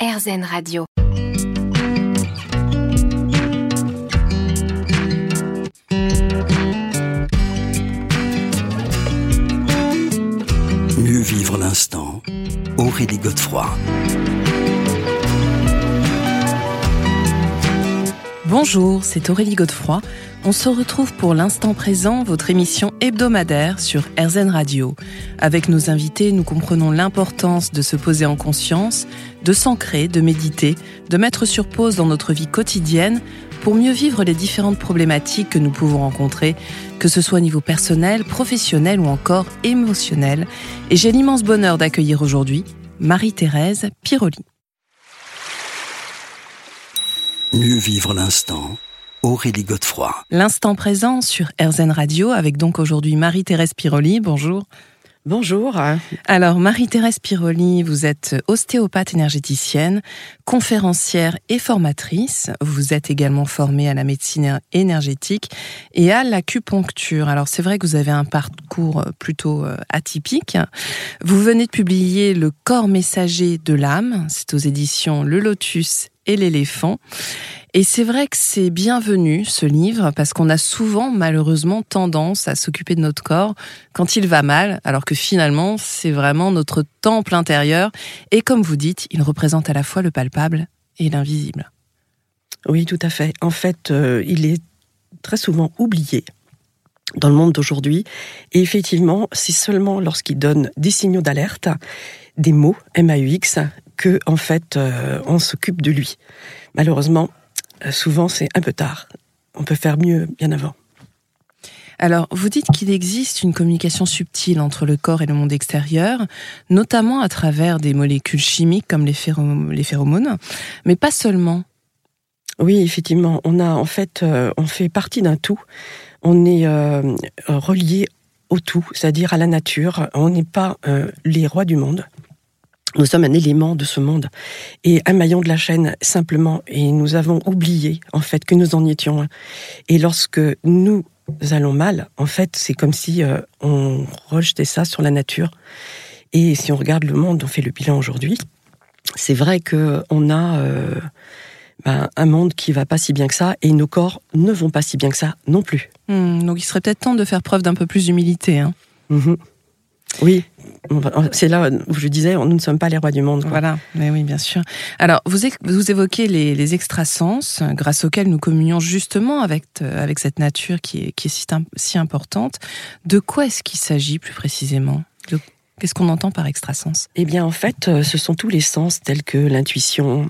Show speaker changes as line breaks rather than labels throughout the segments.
RZN Radio.
Mieux vivre l'instant, Aurélie Godefroy.
Bonjour, c'est Aurélie Godefroy. On se retrouve pour l'instant présent, votre émission hebdomadaire sur RZN Radio. Avec nos invités, nous comprenons l'importance de se poser en conscience, de s'ancrer, de méditer, de mettre sur pause dans notre vie quotidienne pour mieux vivre les différentes problématiques que nous pouvons rencontrer, que ce soit au niveau personnel, professionnel ou encore émotionnel. Et j'ai l'immense bonheur d'accueillir aujourd'hui Marie-Thérèse Piroli.
Mieux vivre l'instant, Aurélie Godefroy.
L'instant présent sur RZN Radio avec donc aujourd'hui Marie-Thérèse Piroli. Bonjour.
Bonjour.
Alors Marie-Thérèse Piroli, vous êtes ostéopathe énergéticienne, conférencière et formatrice. Vous êtes également formée à la médecine énergétique et à l'acupuncture. Alors c'est vrai que vous avez un parcours plutôt atypique. Vous venez de publier Le corps messager de l'âme. C'est aux éditions Le Lotus et l'éléphant. Et c'est vrai que c'est bienvenu, ce livre, parce qu'on a souvent, malheureusement, tendance à s'occuper de notre corps quand il va mal, alors que finalement, c'est vraiment notre temple intérieur. Et comme vous dites, il représente à la fois le palpable et l'invisible.
Oui, tout à fait. En fait, il est très souvent oublié dans le monde d'aujourd'hui. Et effectivement, c'est seulement lorsqu'il donne des signaux d'alerte, des mots, MAUX, que, en fait, on s'occupe de lui. Malheureusement, souvent, c'est un peu tard. On peut faire mieux bien avant.
Alors, vous dites qu'il existe une communication subtile entre le corps et le monde extérieur, notamment à travers des molécules chimiques comme les phéromones, mais pas seulement.
Oui, effectivement. On fait partie d'un tout. On est relié au tout, c'est-à-dire à la nature. On n'est pas les rois du monde. Nous sommes un élément de ce monde et un maillon de la chaîne simplement, et nous avons oublié en fait que nous en étions un. Et lorsque nous allons mal, en fait, c'est comme si on rejetait ça sur la nature. Et si on regarde le monde, on fait le bilan aujourd'hui, c'est vrai que on a un monde qui va pas si bien que ça, et nos corps ne vont pas si bien que ça non plus.
Donc il serait peut-être temps de faire preuve d'un peu plus d'humilité. Hein.
Oui. C'est là où je disais, nous ne sommes pas les rois du monde. Quoi.
Voilà, mais oui, bien sûr. Alors, vous évoquez les extrasens, grâce auxquels nous communions justement avec cette nature qui est si importante. De quoi est-ce qu'il s'agit plus précisément ? Qu'est-ce qu'on entend par extrasens ?
Eh bien, en fait, ce sont tous les sens tels que l'intuition,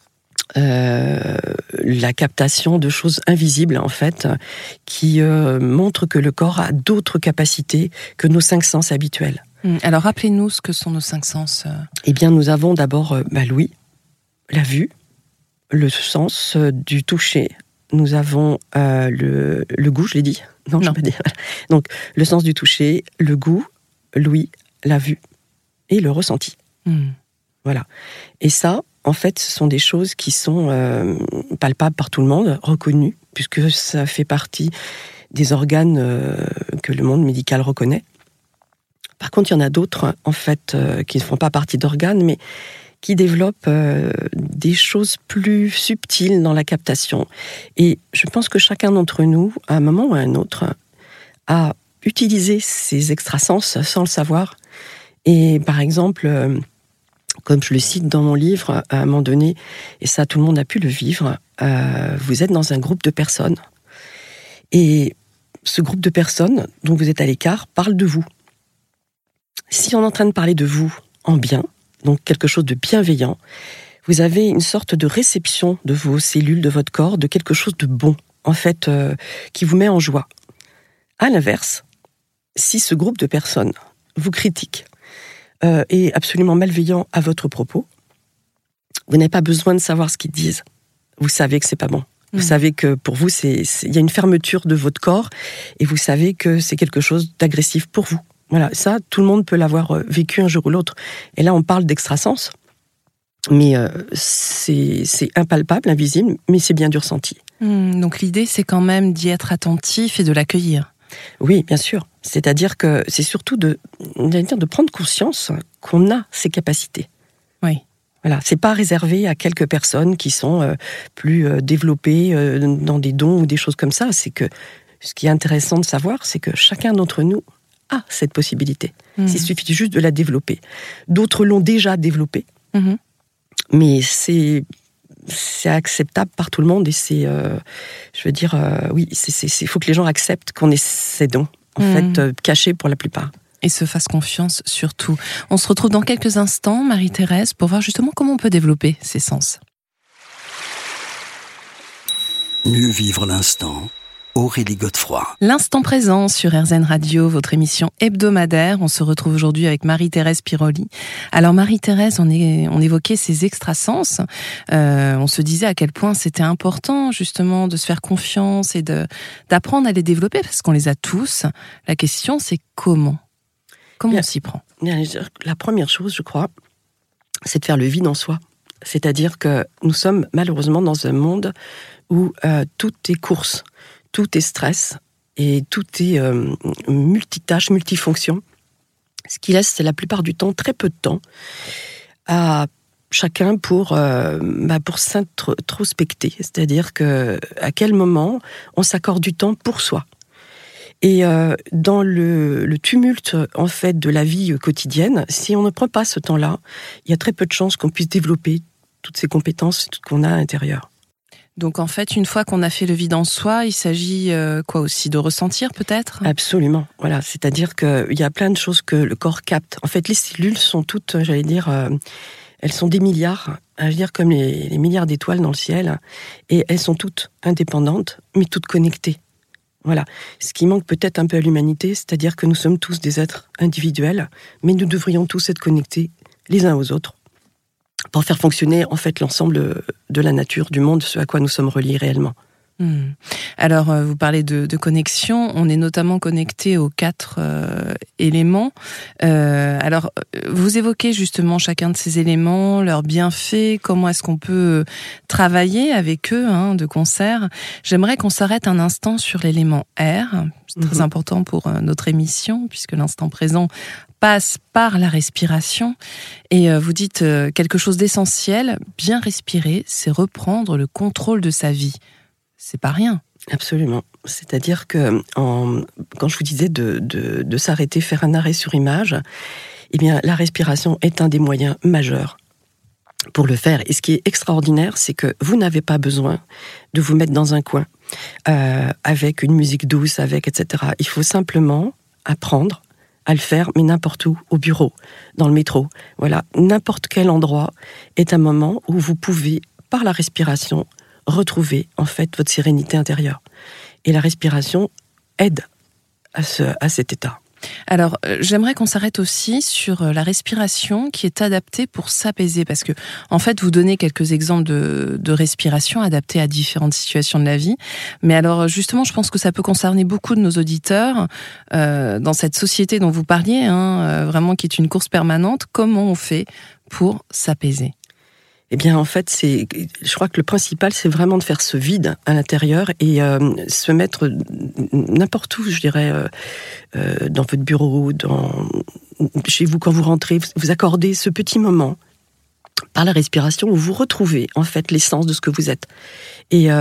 la captation de choses invisibles, en fait, qui montrent que le corps a d'autres capacités que nos 5 sens habituels.
Alors, rappelez-nous ce que sont nos 5 sens.
Eh bien, nous avons d'abord l'ouïe, la vue, le sens du toucher. Nous avons le goût, je l'ai dit ? Non, je ne vais pas dire. Donc, le sens du toucher, le goût, l'ouïe, la vue et le ressenti. Voilà. Et ça, en fait, ce sont des choses qui sont palpables par tout le monde, reconnues, puisque ça fait partie des organes que le monde médical reconnaît. Par contre, il y en a d'autres, en fait, qui ne font pas partie d'organes, mais qui développent des choses plus subtiles dans la captation. Et je pense que chacun d'entre nous, à un moment ou à un autre, a utilisé ces extrasens sans le savoir. Et par exemple, comme je le cite dans mon livre, à un moment donné, et ça tout le monde a pu le vivre, vous êtes dans un groupe de personnes. Et ce groupe de personnes dont vous êtes à l'écart parle de vous. Si on est en train de parler de vous en bien, donc quelque chose de bienveillant, vous avez une sorte de réception de vos cellules, de votre corps, de quelque chose de bon, en fait, qui vous met en joie. À l'inverse, si ce groupe de personnes vous critique, est absolument malveillant à votre propos, vous n'avez pas besoin de savoir ce qu'ils disent. Vous savez que c'est pas bon. Vous savez que pour vous, il y a une fermeture de votre corps, et vous savez que c'est quelque chose d'agressif pour vous. Voilà, ça, tout le monde peut l'avoir vécu un jour ou l'autre. Et là, on parle d'extrasens, mais c'est impalpable, invisible, mais c'est bien du ressenti.
Donc l'idée, c'est quand même d'y être attentif et de l'accueillir.
Oui, bien sûr. C'est-à-dire que c'est surtout de prendre conscience qu'on a ces capacités.
Oui.
Voilà, c'est pas réservé à quelques personnes qui sont plus développées dans des dons ou des choses comme ça. C'est que ce qui est intéressant de savoir, c'est que chacun d'entre nous a cette possibilité. Il suffit juste de la développer. D'autres l'ont déjà développée, mais c'est acceptable par tout le monde et c'est, je veux dire, oui, il faut que les gens acceptent qu'on ait ces dons, en fait, cachés pour la plupart.
Et se fasse confiance surtout. On se retrouve dans quelques instants, Marie-Thérèse, pour voir justement comment on peut développer ces sens.
Mieux vivre l'instant. Aurélie Godefroy.
L'instant présent sur RZN Radio, votre émission hebdomadaire. On se retrouve aujourd'hui avec Marie-Thérèse Piroli. Alors Marie-Thérèse, on évoquait ces extrasens. On se disait à quel point c'était important justement de se faire confiance et d'apprendre à les développer parce qu'on les a tous. La question c'est comment on s'y prend?
La première chose, je crois, c'est de faire le vide en soi. C'est-à-dire que nous sommes malheureusement dans un monde où tout est course, tout est stress et tout est multitâche, multifonction. Ce qui laisse la plupart du temps très peu de temps à chacun pour s'introspecter. C'est-à-dire que à quel moment on s'accorde du temps pour soi. Et dans le tumulte en fait de la vie quotidienne, si on ne prend pas ce temps-là, il y a très peu de chances qu'on puisse développer toutes ces compétences qu'on a à l'intérieur.
Donc en fait, une fois qu'on a fait le vide en soi, il s'agit quoi aussi de ressentir peut-être ?
Absolument, voilà. C'est-à-dire qu'il y a plein de choses que le corps capte. En fait, les cellules sont toutes, j'allais dire, elles sont des milliards, je veux dire comme les milliards d'étoiles dans le ciel, et elles sont toutes indépendantes, mais toutes connectées. Voilà. Ce qui manque peut-être un peu à l'humanité, c'est-à-dire que nous sommes tous des êtres individuels, mais nous devrions tous être connectés les uns aux autres pour faire fonctionner en fait l'ensemble de la nature, du monde, ce à quoi nous sommes reliés réellement.
Alors, vous parlez de connexion. On est notamment connecté aux 4 éléments. Alors, vous évoquez justement chacun de ces éléments, leurs bienfaits, comment est-ce qu'on peut travailler avec eux de concert. J'aimerais qu'on s'arrête un instant sur l'élément air. C'est très important pour notre émission, puisque l'instant présent passe par la respiration. Et vous dites quelque chose d'essentiel, bien respirer, c'est reprendre le contrôle de sa vie. C'est pas rien.
Absolument. C'est-à-dire que quand je vous disais de s'arrêter, faire un arrêt sur image, eh bien, la respiration est un des moyens majeurs pour le faire. Et ce qui est extraordinaire, c'est que vous n'avez pas besoin de vous mettre dans un coin avec une musique douce, etc. Il faut simplement apprendre à le faire, mais n'importe où, au bureau, dans le métro. Voilà, n'importe quel endroit est un moment où vous pouvez, par la respiration, retrouver en fait votre sérénité intérieure. Et la respiration aide à cet état.
Alors, j'aimerais qu'on s'arrête aussi sur la respiration qui est adaptée pour s'apaiser, parce que, en fait, vous donnez quelques exemples de respiration adaptée à différentes situations de la vie. Mais alors, justement, je pense que ça peut concerner beaucoup de nos auditeurs dans cette société dont vous parliez, vraiment qui est une course permanente. Comment on fait pour s'apaiser ?
Eh bien, en fait, je crois que le principal, c'est vraiment de faire ce vide à l'intérieur et se mettre n'importe où, je dirais, dans votre bureau, chez vous, quand vous rentrez, vous accordez ce petit moment par la respiration où vous retrouvez, en fait, l'essence de ce que vous êtes. Et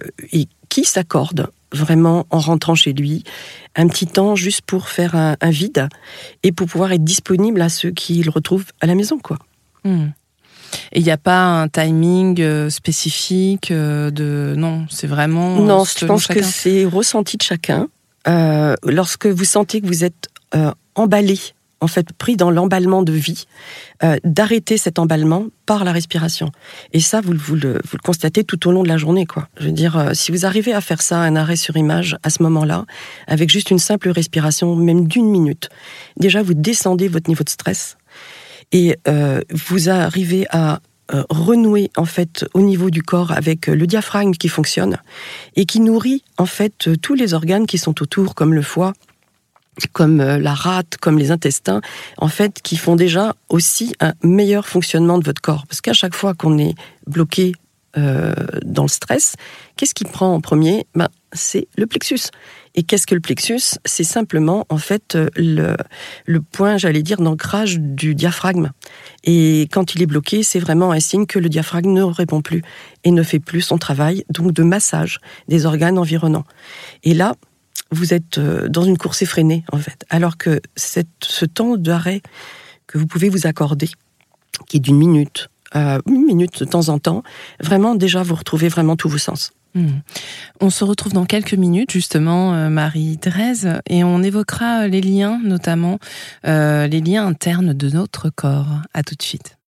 qui s'accorde vraiment en rentrant chez lui un petit temps juste pour faire un vide et pour pouvoir être disponible à ceux qui le retrouvent à la maison, quoi.
Et il n'y a pas un timing spécifique Non, c'est vraiment...
Non, je pense que c'est ressenti de chacun. Lorsque vous sentez que vous êtes emballé, en fait, pris dans l'emballement de vie, d'arrêter cet emballement par la respiration. Et ça, vous le constatez tout au long de la journée, quoi. Je veux dire, si vous arrivez à faire ça, un arrêt sur image, à ce moment-là, avec juste une simple respiration, même d'1 minute, déjà, vous descendez votre niveau de stress. Et vous arrivez à renouer en fait au niveau du corps avec le diaphragme qui fonctionne et qui nourrit en fait tous les organes qui sont autour, comme le foie, comme la rate, comme les intestins, en fait, qui font déjà aussi un meilleur fonctionnement de votre corps. Parce qu'à chaque fois qu'on est bloqué dans le stress, qu'est-ce qui prend en premier ? C'est le plexus. Et qu'est-ce que le plexus ? C'est simplement, en fait, le point, j'allais dire, d'ancrage du diaphragme. Et quand il est bloqué, c'est vraiment un signe que le diaphragme ne répond plus et ne fait plus son travail, donc de massage des organes environnants. Et là, vous êtes dans une course effrénée, en fait. Alors que ce temps d'arrêt que vous pouvez vous accorder, qui est d'une minute de temps en temps, vraiment, déjà, vous retrouvez vraiment tous vos sens.
On se retrouve dans quelques minutes, justement, Marie-Thérèse, et on évoquera les liens, notamment les liens internes de notre corps. À tout de suite.